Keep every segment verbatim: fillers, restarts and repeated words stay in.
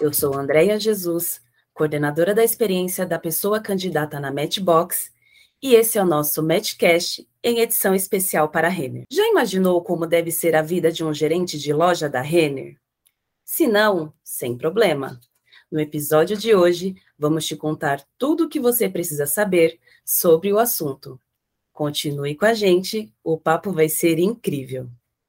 Eu sou Andréia Jesus, coordenadora da experiência da pessoa candidata na Matchbox, e esse é o nosso Matchcast em edição especial para a Renner. Já imaginou como deve ser a vida de um gerente de loja da Renner? Se não, sem problema. No episódio de hoje, vamos te contar tudo o que você precisa saber sobre o assunto. Continue com a gente, o papo vai ser incrível.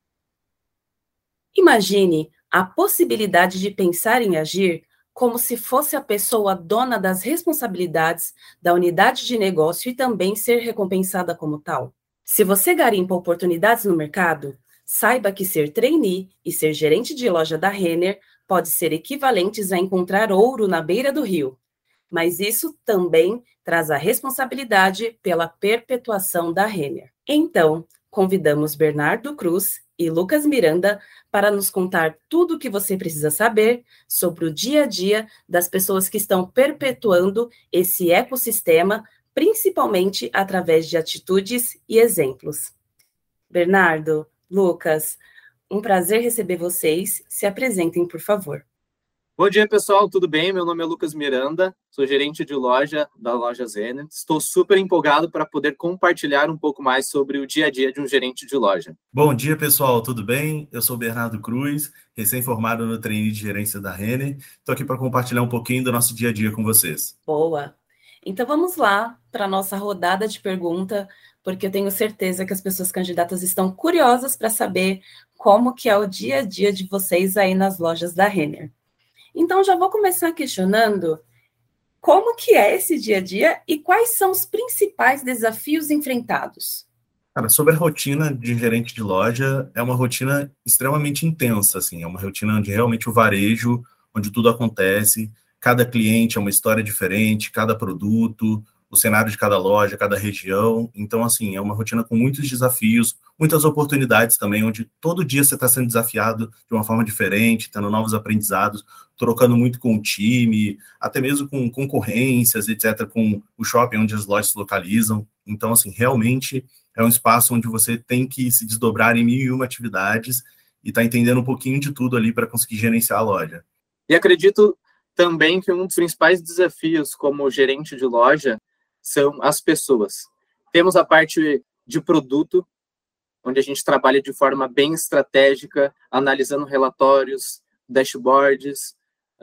Imagine a possibilidade de pensar em agir como se fosse a pessoa dona das responsabilidades da unidade de negócio e também ser recompensada como tal. Se você garimpa oportunidades no mercado, saiba que ser trainee e ser gerente de loja da Renner pode ser equivalentes a encontrar ouro na beira do rio. Mas isso também traz a responsabilidade pela perpetuação da Renner. Então, convidamos Bernardo Cruz e Lucas Miranda para nos contar tudo o que você precisa saber sobre o dia a dia das pessoas que estão perpetuando esse ecossistema, principalmente através de atitudes e exemplos. Bernardo, Lucas, um prazer receber vocês. Se apresentem, por favor. Bom dia, pessoal, tudo bem? Meu nome é Lucas Miranda, sou gerente de loja da loja Renner. Estou super empolgado para poder compartilhar um pouco mais sobre o dia a dia de um gerente de loja. Bom dia, pessoal, tudo bem? Eu sou Bernardo Cruz, recém-formado no trainee de gerência da Renner. Estou aqui para compartilhar um pouquinho do nosso dia a dia com vocês. Boa! Então vamos lá para a nossa rodada de pergunta, porque eu tenho certeza que as pessoas candidatas estão curiosas para saber como que é o dia a dia de vocês aí nas lojas da Renner. Então, já vou começar questionando como que é esse dia a dia e quais são os principais desafios enfrentados. Cara, sobre a rotina de gerente de loja, é uma rotina extremamente intensa, assim, é uma rotina onde realmente o varejo, onde tudo acontece, cada cliente é uma história diferente, cada produto, o cenário de cada loja, cada região. Então, assim, é uma rotina com muitos desafios, muitas oportunidades também, onde todo dia você está sendo desafiado de uma forma diferente, tendo novos aprendizados, trocando muito com o time, até mesmo com concorrências, etcétera, com o shopping onde as lojas se localizam. Então, assim, realmente é um espaço onde você tem que se desdobrar em mil e uma atividades e está entendendo um pouquinho de tudo ali para conseguir gerenciar a loja. E acredito também que um dos principais desafios como gerente de loja são as pessoas. Temos a parte de produto, onde a gente trabalha de forma bem estratégica, analisando relatórios, dashboards.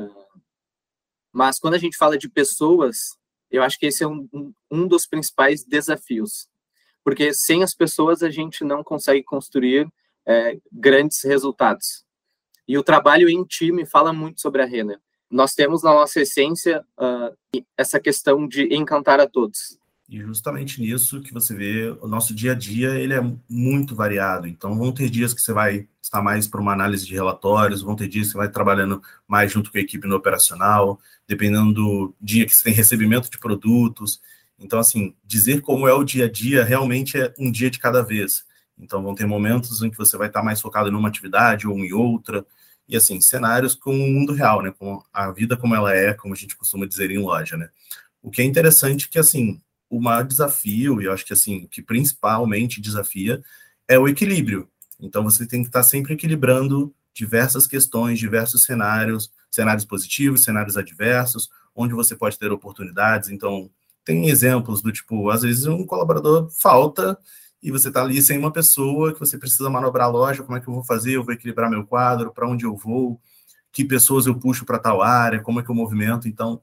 Mas quando a gente fala de pessoas, eu acho que esse é um, um dos principais desafios. Porque sem as pessoas a gente não consegue construir é, grandes resultados. E o trabalho em time fala muito sobre a Renner. Nós temos na nossa essência uh, essa questão de encantar a todos. E justamente nisso que você vê, o nosso dia a dia ele é muito variado. Então vão ter dias que você vai estar mais para uma análise de relatórios, vão ter dias que você vai trabalhando mais junto com a equipe no operacional, dependendo do dia que você tem recebimento de produtos. Então, assim, dizer como é o dia a dia realmente é um dia de cada vez. Então vão ter momentos em que você vai estar mais focado numa atividade ou em outra. E, assim, cenários com o mundo real, né? Com a vida como ela é, como a gente costuma dizer em loja, né? O que é interessante é que, assim, o maior desafio, e eu acho que, assim, o que principalmente desafia é o equilíbrio. Então, você tem que estar sempre equilibrando diversas questões, diversos cenários, cenários positivos, cenários adversos, onde você pode ter oportunidades. Então, tem exemplos do tipo, às vezes um colaborador falta e você está ali sem uma pessoa que você precisa manobrar a loja, como é que eu vou fazer? Eu vou equilibrar meu quadro, para onde eu vou? Que pessoas eu puxo para tal área? Como é que eu movimento? Então,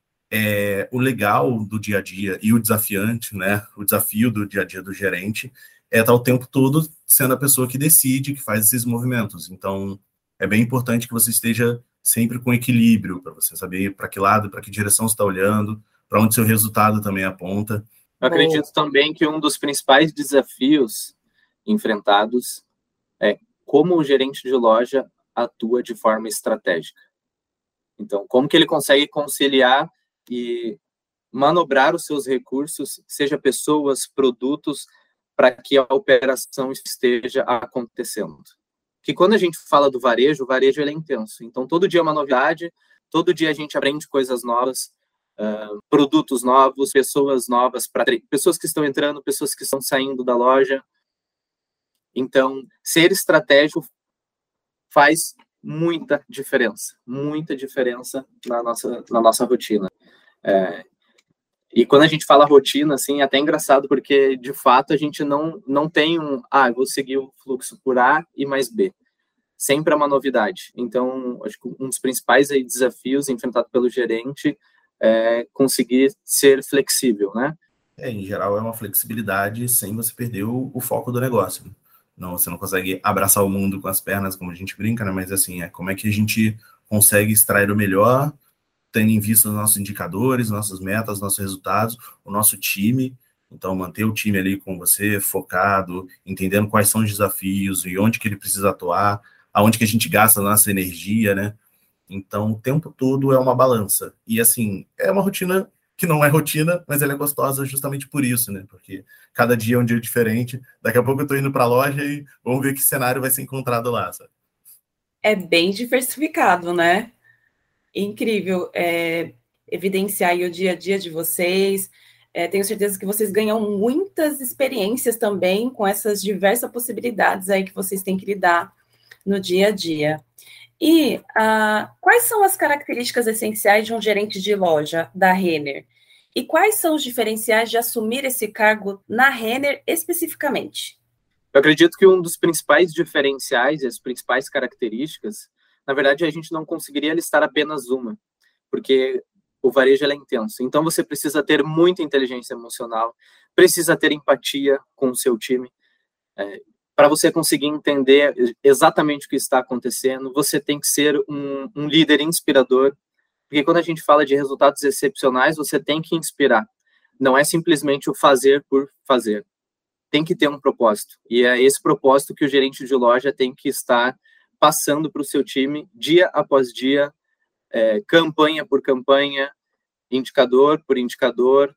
é, o legal do dia a dia e o desafiante, né? O desafio do dia a dia do gerente é estar o tempo todo sendo a pessoa que decide, que faz esses movimentos. Então, é bem importante que você esteja sempre com equilíbrio, para você saber para que lado, para que direção você está olhando, para onde seu resultado também aponta. Eu acredito também que um dos principais desafios enfrentados é como o gerente de loja atua de forma estratégica. Então, como que ele consegue conciliar e manobrar os seus recursos, seja pessoas, produtos, para que a operação esteja acontecendo. Que quando a gente fala do varejo, o varejo ele é intenso. Então, todo dia é uma novidade, todo dia a gente aprende coisas novas, uh, produtos novos, pessoas novas, pra, pessoas que estão entrando, pessoas que estão saindo da loja. Então, ser estratégico faz muita diferença, muita diferença na nossa, na nossa rotina. É, e quando a gente fala rotina, assim, é até engraçado, porque, de fato, a gente não, não tem um, ah, vou seguir o fluxo por A e mais B. Sempre é uma novidade. Então, acho que um dos principais aí desafios enfrentados pelo gerente é conseguir ser flexível, né? É, em geral, é uma flexibilidade sem você perder o, o foco do negócio. Não, você não consegue abraçar o mundo com as pernas, como a gente brinca, né? Mas, assim, é como é que a gente consegue extrair o melhor, tendo em vista os nossos indicadores, nossas metas, nossos resultados, o nosso time. Então, manter o time ali com você, focado, entendendo quais são os desafios e onde que ele precisa atuar, aonde que a gente gasta a nossa energia, né? Então, o tempo todo é uma balança. E, assim, é uma rotina que não é rotina, mas ela é gostosa justamente por isso, né? Porque cada dia é um dia diferente. Daqui a pouco eu tô indo para a loja e vamos ver que cenário vai ser encontrado lá, sabe? É bem diversificado, né? Incrível é, evidenciar aí o dia a dia de vocês. É, tenho certeza que vocês ganham muitas experiências também com essas diversas possibilidades aí que vocês têm que lidar no dia a dia. E ah, quais são as características essenciais de um gerente de loja da Renner? E quais são os diferenciais de assumir esse cargo na Renner especificamente? Eu acredito que um dos principais diferenciais e as principais características, na verdade, a gente não conseguiria listar apenas uma, porque o varejo é intenso. Então, você precisa ter muita inteligência emocional, precisa ter empatia com o seu time, é, para você conseguir entender exatamente o que está acontecendo. Você tem que ser um, um líder inspirador, porque quando a gente fala de resultados excepcionais, você tem que inspirar. Não é simplesmente o fazer por fazer. Tem que ter um propósito. E é esse propósito que o gerente de loja tem que estar passando para o seu time, dia após dia, é, campanha por campanha, indicador por indicador.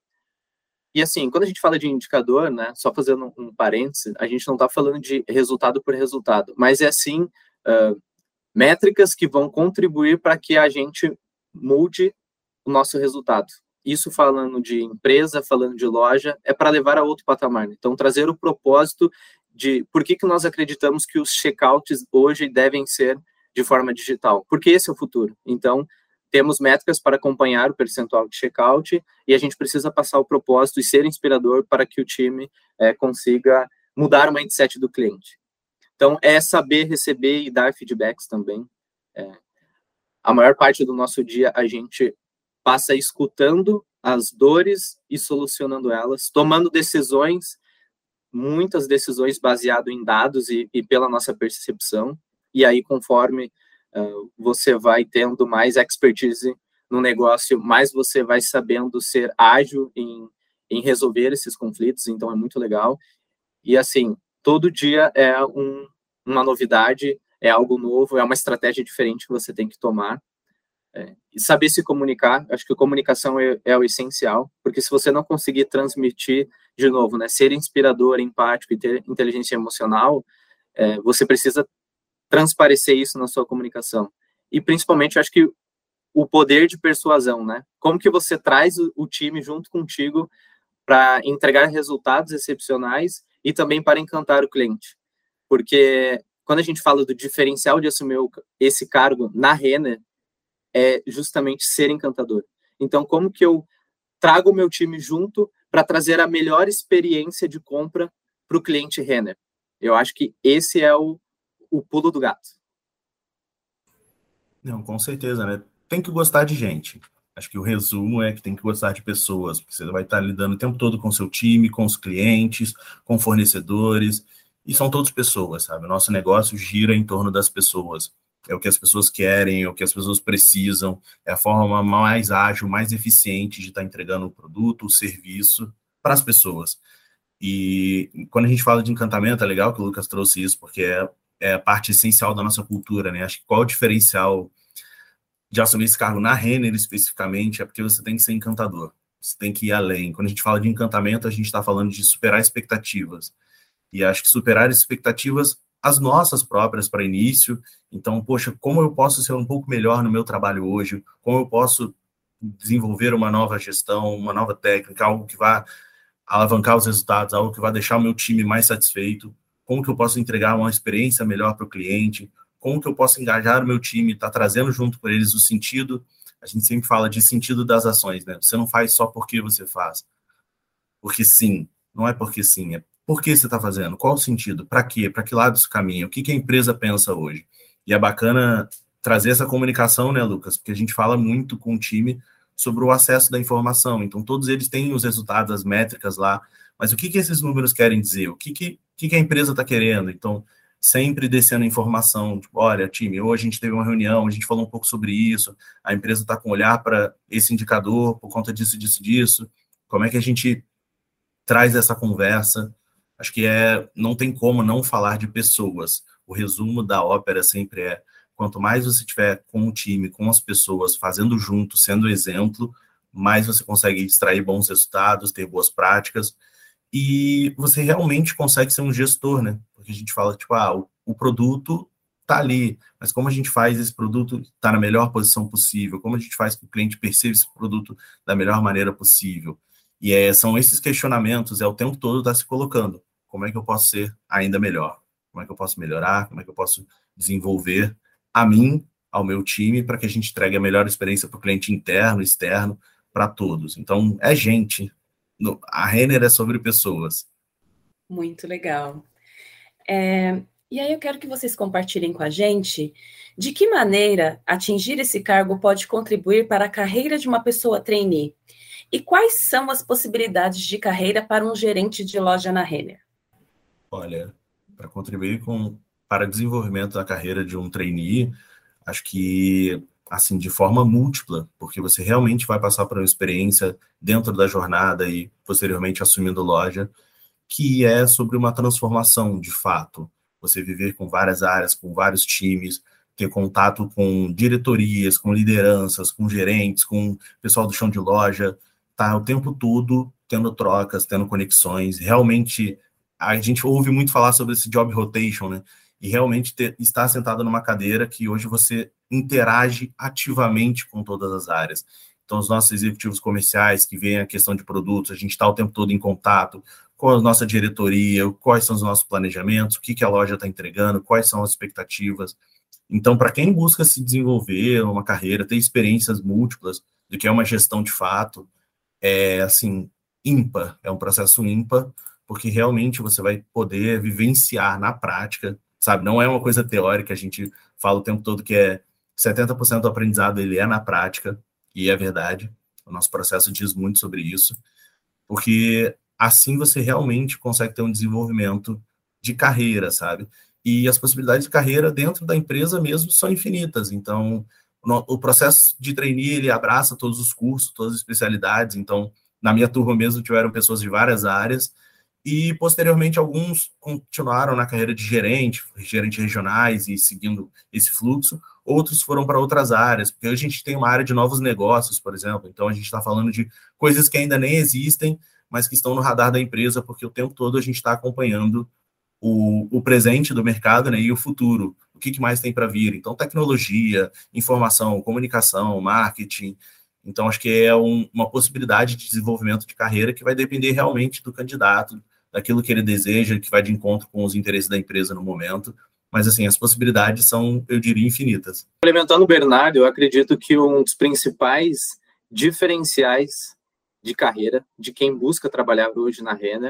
E assim, quando a gente fala de indicador, né, só fazendo um parêntese, a gente não está falando de resultado por resultado, mas é sim uh, métricas que vão contribuir para que a gente mude o nosso resultado. Isso falando de empresa, falando de loja, é para levar a outro patamar. Então, trazer o propósito de por que, que nós acreditamos que os checkouts hoje devem ser de forma digital. Porque esse é o futuro. Então, temos métricas para acompanhar o percentual de checkout e a gente precisa passar o propósito e ser inspirador para que o time é, consiga mudar o mindset do cliente. Então, é saber receber e dar feedbacks também. É, a maior parte do nosso dia a gente passa escutando as dores e solucionando elas, tomando decisões, muitas decisões baseadas em dados e, e pela nossa percepção. E aí, conforme uh, você vai tendo mais expertise no negócio, mais você vai sabendo ser ágil em, em resolver esses conflitos. Então, é muito legal. E, assim, todo dia é um, uma novidade, é algo novo, é uma estratégia diferente que você tem que tomar. É, e saber se comunicar, acho que a comunicação é, é o essencial, porque se você não conseguir transmitir, de novo, né, ser inspirador, empático e ter inteligência emocional, é, você precisa transparecer isso na sua comunicação. E, principalmente, acho que o poder de persuasão, né? Como que você traz o, o time junto contigo para entregar resultados excepcionais e também para encantar o cliente. Porque quando a gente fala do diferencial de assumir esse cargo na Renner, é justamente ser encantador. Então, como que eu trago o meu time junto para trazer a melhor experiência de compra para o cliente Renner? Eu acho que esse é o, o pulo do gato. Não, com certeza, né? Tem que gostar de gente. Acho que o resumo é que tem que gostar de pessoas, porque você vai estar lidando o tempo todo com o seu time, com os clientes, com fornecedores, e são todos pessoas, sabe? O nosso negócio gira em torno das pessoas. É o que as pessoas querem, é o que as pessoas precisam, é a forma mais ágil, mais eficiente de estar entregando o produto, o serviço para as pessoas. E quando a gente fala de encantamento, é legal que o Lucas trouxe isso, porque é, é a parte essencial da nossa cultura, né? Acho que qual é o diferencial de assumir esse cargo na Renner especificamente é porque você tem que ser encantador, você tem que ir além. Quando a gente fala de encantamento, a gente está falando de superar expectativas. E acho que superar expectativas as nossas próprias para início. Então, poxa, como eu posso ser um pouco melhor no meu trabalho hoje? Como eu posso desenvolver uma nova gestão, uma nova técnica, algo que vá alavancar os resultados, algo que vai deixar o meu time mais satisfeito? Como que eu posso entregar uma experiência melhor para o cliente? como que eu posso engajar o meu time, tá trazendo junto com eles o sentido. A gente sempre fala de sentido das ações, né? Você não faz só porque você faz. Porque sim, não é porque sim, é por que você está fazendo, qual o sentido, para quê, para que lado isso caminha, o que, que a empresa pensa hoje. E é bacana trazer essa comunicação, né, Lucas, porque a gente fala muito com o time sobre o acesso da informação, então todos eles têm os resultados, as métricas lá, mas o que, que esses números querem dizer, o que, que, que, que a empresa está querendo, então sempre descendo informação, tipo, olha, time, hoje a gente teve uma reunião, a gente falou um pouco sobre isso, a empresa está com um olhar para esse indicador por conta disso, disso, disso, como é que a gente traz essa conversa. Acho que é, não tem como não falar de pessoas. O resumo da ópera sempre é, quanto mais você tiver com o time, com as pessoas, fazendo junto, sendo exemplo, mais você consegue extrair bons resultados, ter boas práticas, e você realmente consegue ser um gestor, né? Porque a gente fala, tipo, ah, o, o produto tá ali, mas como a gente faz esse produto estar na melhor posição possível, como a gente faz que o cliente perceba esse produto da melhor maneira possível. E é, são esses questionamentos, é o tempo todo estar se colocando. Como é que eu posso ser ainda melhor? Como é que eu posso melhorar? Como é que eu posso desenvolver a mim, ao meu time, para que a gente entregue a melhor experiência para o cliente interno, externo, para todos. Então, é gente. A Renner é sobre pessoas. Muito legal. É, e aí eu quero que vocês compartilhem com a gente de que maneira atingir esse cargo pode contribuir para a carreira de uma pessoa trainee. E quais são as possibilidades de carreira para um gerente de loja na Renner? Olha, para contribuir com, para o desenvolvimento da carreira de um trainee, acho que, assim, de forma múltipla, porque você realmente vai passar por uma experiência dentro da jornada e, posteriormente, assumindo loja, que é sobre uma transformação, de fato. Você viver com várias áreas, com vários times, ter contato com diretorias, com lideranças, com gerentes, com pessoal do chão de loja, tá o tempo todo tendo trocas, tendo conexões. Realmente, a gente ouve muito falar sobre esse job rotation, né? E realmente ter, estar sentado numa cadeira que hoje você interage ativamente com todas as áreas. Então, os nossos executivos comerciais que veem a questão de produtos, a gente está o tempo todo em contato com a nossa diretoria, quais são os nossos planejamentos, o que, que a loja está entregando, quais são as expectativas. Então, para quem busca se desenvolver uma carreira, ter experiências múltiplas, do que é uma gestão de fato, é, assim, ímpar, é um processo ímpar, porque realmente você vai poder vivenciar na prática, sabe? Não é uma coisa teórica, a gente fala o tempo todo que é setenta por cento do aprendizado, ele é na prática, e é verdade, o nosso processo diz muito sobre isso, porque assim você realmente consegue ter um desenvolvimento de carreira, sabe? E as possibilidades de carreira dentro da empresa mesmo são infinitas, então o processo de trainee, ele abraça todos os cursos, todas as especialidades, então na minha turma mesmo tiveram pessoas de várias áreas, e posteriormente alguns continuaram na carreira de gerente, gerente regionais e seguindo esse fluxo, outros foram para outras áreas, porque hoje a gente tem uma área de novos negócios, por exemplo, então a gente está falando de coisas que ainda nem existem, mas que estão no radar da empresa, porque o tempo todo a gente está acompanhando o, o presente do mercado, né, e o futuro, o que, que mais tem para vir. Então, tecnologia, informação, comunicação, marketing. Então, acho que é um, uma possibilidade de desenvolvimento de carreira que vai depender realmente do candidato, daquilo que ele deseja, que vai de encontro com os interesses da empresa no momento. Mas, assim, as possibilidades são, eu diria, infinitas. Complementando o Bernardo, eu acredito que um dos principais diferenciais de carreira de quem busca trabalhar hoje na Renner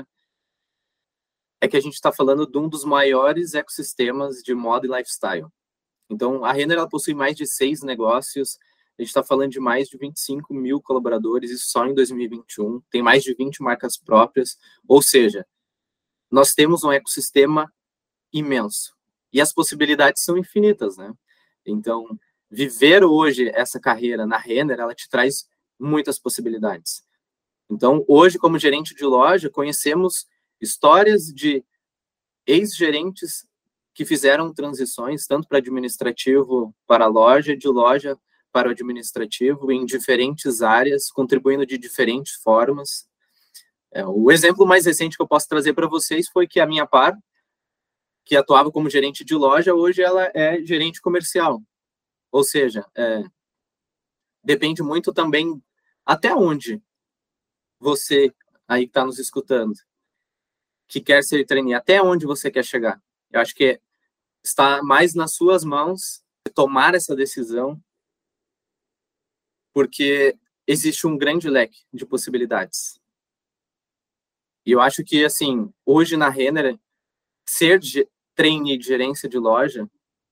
é que a gente está falando de um dos maiores ecossistemas de moda e lifestyle. Então, a Renner ela possui mais de seis negócios, a gente está falando de mais de vinte e cinco mil colaboradores, isso só em dois mil e vinte e um, tem mais de vinte marcas próprias, ou seja, nós temos um ecossistema imenso. E as possibilidades são infinitas, né? Então, viver hoje essa carreira na Renner, ela te traz muitas possibilidades. Então, hoje, como gerente de loja, conhecemos histórias de ex-gerentes que fizeram transições, tanto para administrativo para a loja, de loja para o administrativo, em diferentes áreas, contribuindo de diferentes formas. É, o exemplo mais recente que eu posso trazer para vocês foi que a minha par, que atuava como gerente de loja, hoje ela é gerente comercial. Ou seja, é, depende muito também até onde você aí que está nos escutando, que quer ser trainee, até onde você quer chegar. Eu acho que está mais nas suas mãos tomar essa decisão, porque existe um grande leque de possibilidades. E eu acho que, assim, hoje na Renner, ser trainee de gerência de loja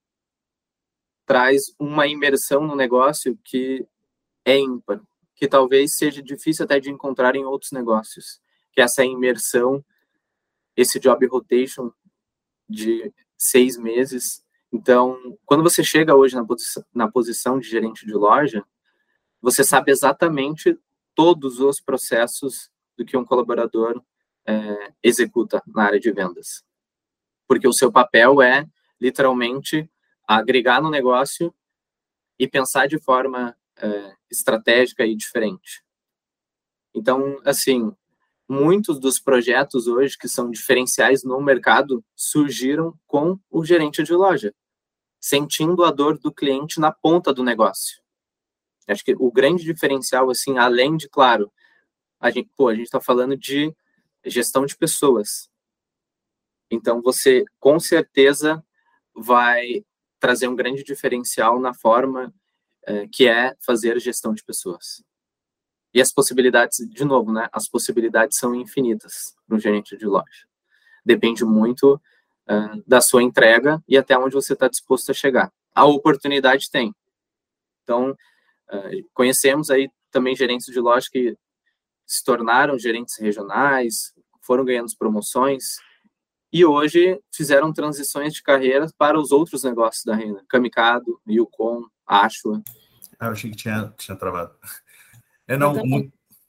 traz uma imersão no negócio que é ímpar, que talvez seja difícil até de encontrar em outros negócios, que é essa imersão, esse job rotation de seis meses. Então, quando você chega hoje na posição, na posição de gerente de loja, você sabe exatamente todos os processos do que um colaborador é, executa na área de vendas. Porque o seu papel é, literalmente, agregar no negócio e pensar de forma é, estratégica e diferente. Então, assim, muitos dos projetos hoje que são diferenciais no mercado surgiram com o gerente de loja, sentindo a dor do cliente na ponta do negócio. Acho que o grande diferencial, assim, além de, claro, a gente pô, a gente está falando de gestão de pessoas. Então, você, com certeza, vai trazer um grande diferencial na forma é, que é fazer gestão de pessoas. E as possibilidades, de novo, né? As possibilidades são infinitas no gerente de loja. Depende muito uh, da sua entrega e até onde você está disposto a chegar. A oportunidade tem. Então, uh, conhecemos aí também gerentes de loja que se tornaram gerentes regionais, foram ganhando promoções e hoje fizeram transições de carreira para os outros negócios da Renner. Camicado, Yukon, Ashua. Ah, eu achei que tinha, tinha travado. É, não, muito...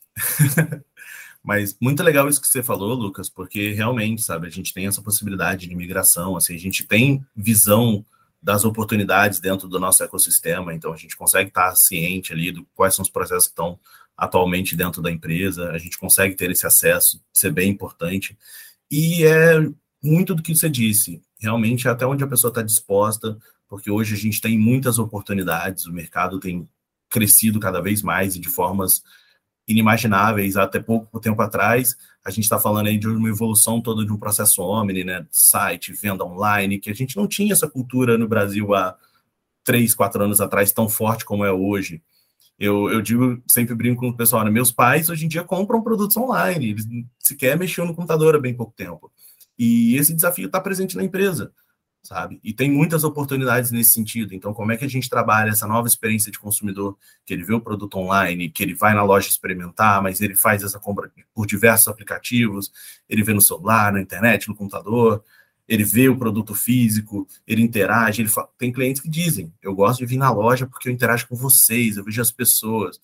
Mas muito legal isso que você falou, Lucas, porque realmente, sabe, a gente tem essa possibilidade de migração, assim, a gente tem visão das oportunidades dentro do nosso ecossistema, então a gente consegue estar ciente ali do quais são os processos que estão atualmente dentro da empresa, a gente consegue ter esse acesso, isso é bem importante, e é muito do que você disse, realmente até onde a pessoa está disposta, porque hoje a gente tem muitas oportunidades, o mercado tem crescido cada vez mais e de formas inimagináveis. Até pouco tempo atrás, a gente está falando aí de uma evolução toda de um processo omni, né, site, venda online, que a gente não tinha essa cultura no Brasil há três, quatro anos atrás tão forte como é hoje. Eu, eu digo, sempre brinco com o pessoal, né, meus pais hoje em dia compram produtos online, eles sequer mexiam no computador há bem pouco tempo. E esse desafio está presente na empresa, sabe? E tem muitas oportunidades nesse sentido. Então, como é que a gente trabalha essa nova experiência de consumidor, que ele vê o produto online, que ele vai na loja experimentar, mas ele faz essa compra por diversos aplicativos, ele vê no celular, na internet, no computador, ele vê o produto físico, ele interage, ele fala... Tem clientes que dizem, eu gosto de vir na loja porque eu interajo com vocês, eu vejo as pessoas.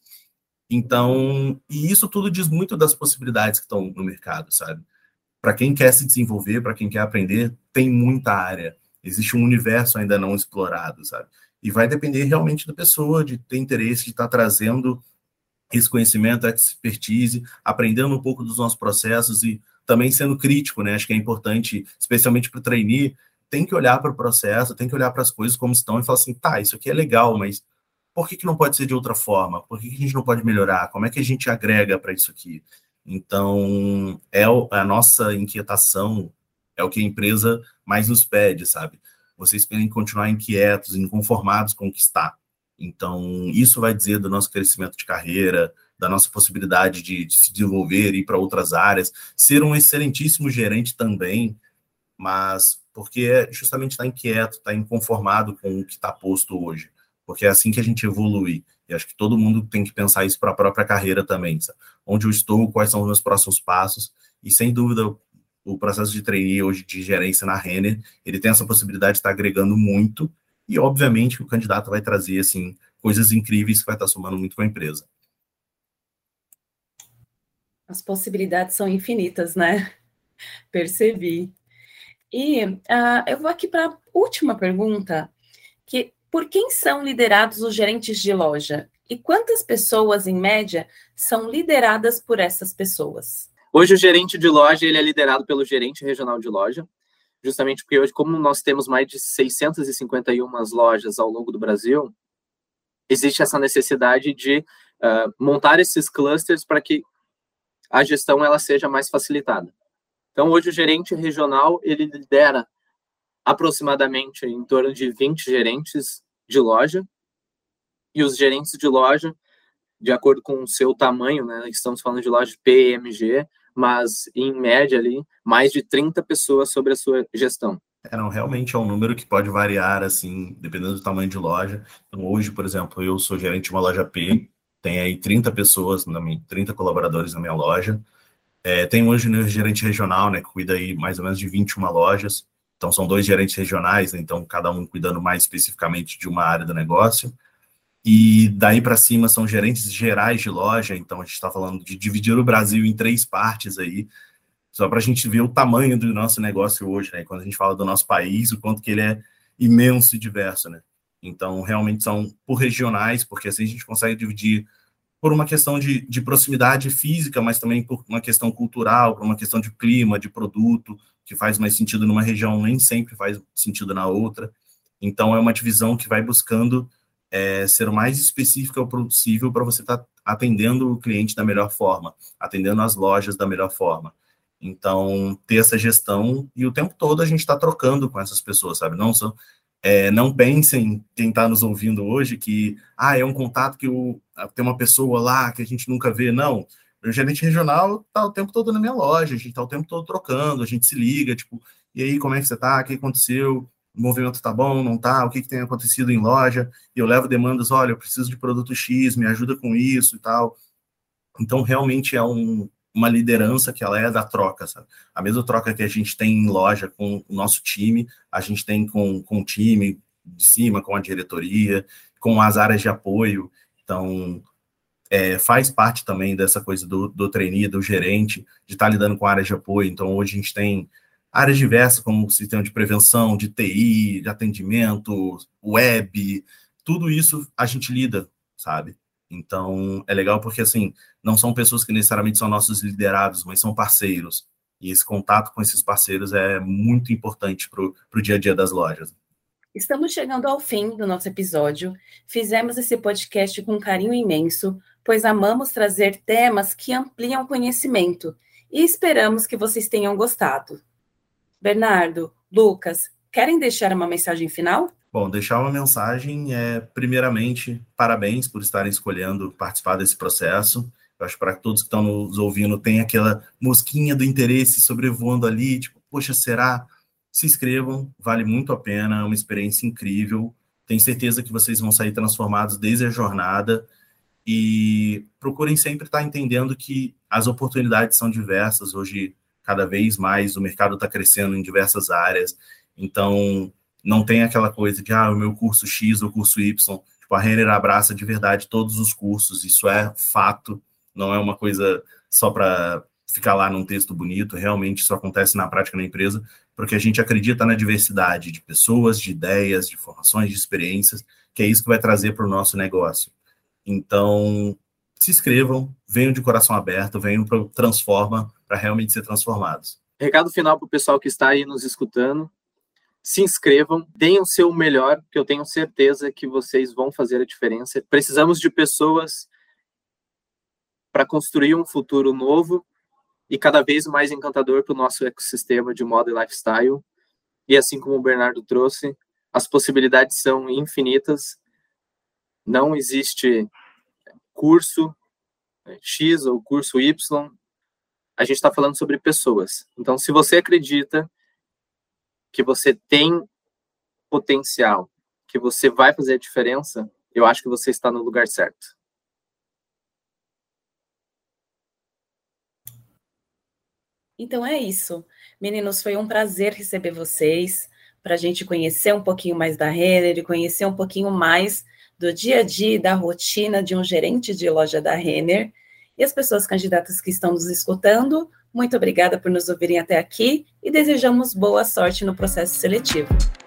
Então, e isso tudo diz muito das possibilidades que estão no mercado, sabe? Para quem quer se desenvolver, para quem quer aprender, tem muita área. Existe um universo ainda não explorado, sabe? E vai depender realmente da pessoa, de ter interesse, de estar trazendo esse conhecimento, essa expertise, aprendendo um pouco dos nossos processos e também sendo crítico, né? Acho que é importante, especialmente para o trainee, tem que olhar para o processo, tem que olhar para as coisas como estão e falar assim, tá, isso aqui é legal, mas por que, que não pode ser de outra forma? Por que, que a gente não pode melhorar? Como é que a gente agrega para isso aqui? Então, é a nossa inquietação, é o que a empresa mais nos pede, sabe? Vocês querem continuar inquietos, inconformados com o que está. Então, isso vai dizer do nosso crescimento de carreira, da nossa possibilidade de, de se desenvolver, ir para outras áreas, ser um excelentíssimo gerente também, mas porque é justamente estar inquieto, estar inconformado com o que está posto hoje. Porque é assim que a gente evolui. E acho que todo mundo tem que pensar isso para a própria carreira também, sabe? Onde eu estou, quais são os meus próximos passos, e sem dúvida o processo de trainee hoje de gerência na Renner, ele tem essa possibilidade de estar agregando muito, e obviamente o candidato vai trazer assim, coisas incríveis que vai estar somando muito com a empresa. As possibilidades são infinitas, né? Percebi. E uh, eu vou aqui para a última pergunta, que por quem são liderados os gerentes de loja? E quantas pessoas, em média, são lideradas por essas pessoas? Hoje o gerente de loja ele é liderado pelo gerente regional de loja, justamente porque hoje, como nós temos mais de seiscentas e cinquenta e uma lojas ao longo do Brasil, existe essa necessidade de uh, montar esses clusters para que a gestão ela seja mais facilitada. Então, hoje o gerente regional ele lidera aproximadamente em torno de vinte gerentes de loja, e os gerentes de loja, de acordo com o seu tamanho, né, estamos falando de loja P M G, mas em média ali, mais de trinta pessoas sobre a sua gestão. É, não, realmente é um número que pode variar, assim, dependendo do tamanho de loja. Então, hoje, por exemplo, eu sou gerente de uma loja P, tem aí trinta pessoas, na minha, trinta colaboradores na minha loja. É, tem hoje um gerente regional, né, que cuida aí mais ou menos de vinte e uma lojas. Então, são dois gerentes regionais, né, então cada um cuidando mais especificamente de uma área do negócio. E daí para cima são gerentes gerais de loja, então a gente está falando de dividir o Brasil em três partes aí, só para a gente ver o tamanho do nosso negócio hoje, né? Quando a gente fala do nosso país, o quanto que ele é imenso e diverso, né? Então, realmente são por regionais, porque assim a gente consegue dividir por uma questão de, de proximidade física, mas também por uma questão cultural, por uma questão de clima, de produto, que faz mais sentido numa região, nem sempre faz sentido na outra. Então, é uma divisão que vai buscando é, ser o mais específica possível para você estar tá atendendo o cliente da melhor forma, atendendo as lojas da melhor forma. Então, ter essa gestão, e o tempo todo a gente está trocando com essas pessoas, sabe? Não são... É, não pensem, quem está nos ouvindo hoje, que ah, é um contato que o, tem uma pessoa lá que a gente nunca vê. Não, o gerente regional está o tempo todo na minha loja, a gente está o tempo todo trocando, a gente se liga, tipo, e aí, como é que você está? O que aconteceu? O movimento está bom, não está? O que, que tem acontecido em loja? E eu levo demandas, olha, eu preciso de produto X, me ajuda com isso e tal. Então, realmente é um, uma liderança que ela é da troca, sabe? A mesma troca que a gente tem em loja com o nosso time, a gente tem com, com o time de cima, com a diretoria, com as áreas de apoio. Então, é, faz parte também dessa coisa do, do trainee, do gerente, de estar lidando com áreas de apoio. Então, hoje a gente tem áreas diversas, como o sistema de prevenção, de T I, de atendimento, web, tudo isso a gente lida, sabe? Então, é legal porque, assim, não são pessoas que necessariamente são nossos liderados, mas são parceiros. E esse contato com esses parceiros é muito importante para o dia a dia das lojas. Estamos chegando ao fim do nosso episódio. Fizemos esse podcast com um carinho imenso, pois amamos trazer temas que ampliam o conhecimento e esperamos que vocês tenham gostado. Bernardo, Lucas, querem deixar uma mensagem final? Bom, deixar uma mensagem é, primeiramente, parabéns por estarem escolhendo participar desse processo. Eu acho que para todos que estão nos ouvindo, tem aquela mosquinha do interesse sobrevoando ali, tipo, poxa, será? Se inscrevam, vale muito a pena, é uma experiência incrível. Tenho certeza que vocês vão sair transformados desde a jornada e procurem sempre estar entendendo que as oportunidades são diversas. Hoje, cada vez mais, o mercado está crescendo em diversas áreas, então não tem aquela coisa de, ah, o meu curso X ou curso Y. Tipo, a Renner abraça de verdade todos os cursos, isso é fato, não é uma coisa só para ficar lá num texto bonito, realmente isso acontece na prática na empresa, porque a gente acredita na diversidade de pessoas, de ideias, de formações, de experiências, que é isso que vai trazer para o nosso negócio. Então, se inscrevam, venham de coração aberto, venham para o Transforma, para realmente ser transformados. Recado final para o pessoal que está aí nos escutando: se inscrevam, deem o seu melhor, que eu tenho certeza que vocês vão fazer a diferença. Precisamos de pessoas para construir um futuro novo e cada vez mais encantador para o nosso ecossistema de moda e lifestyle. E assim como o Bernardo trouxe, as possibilidades são infinitas. Não existe curso X ou curso Y. A gente está falando sobre pessoas. Então, se você acredita que você tem potencial, que você vai fazer a diferença, eu acho que você está no lugar certo. Então é isso. Meninos, foi um prazer receber vocês, para a gente conhecer um pouquinho mais da Renner e conhecer um pouquinho mais do dia a dia e da rotina de um gerente de loja da Renner. E as pessoas candidatas que estão nos escutando, muito obrigada por nos ouvirem até aqui e desejamos boa sorte no processo seletivo.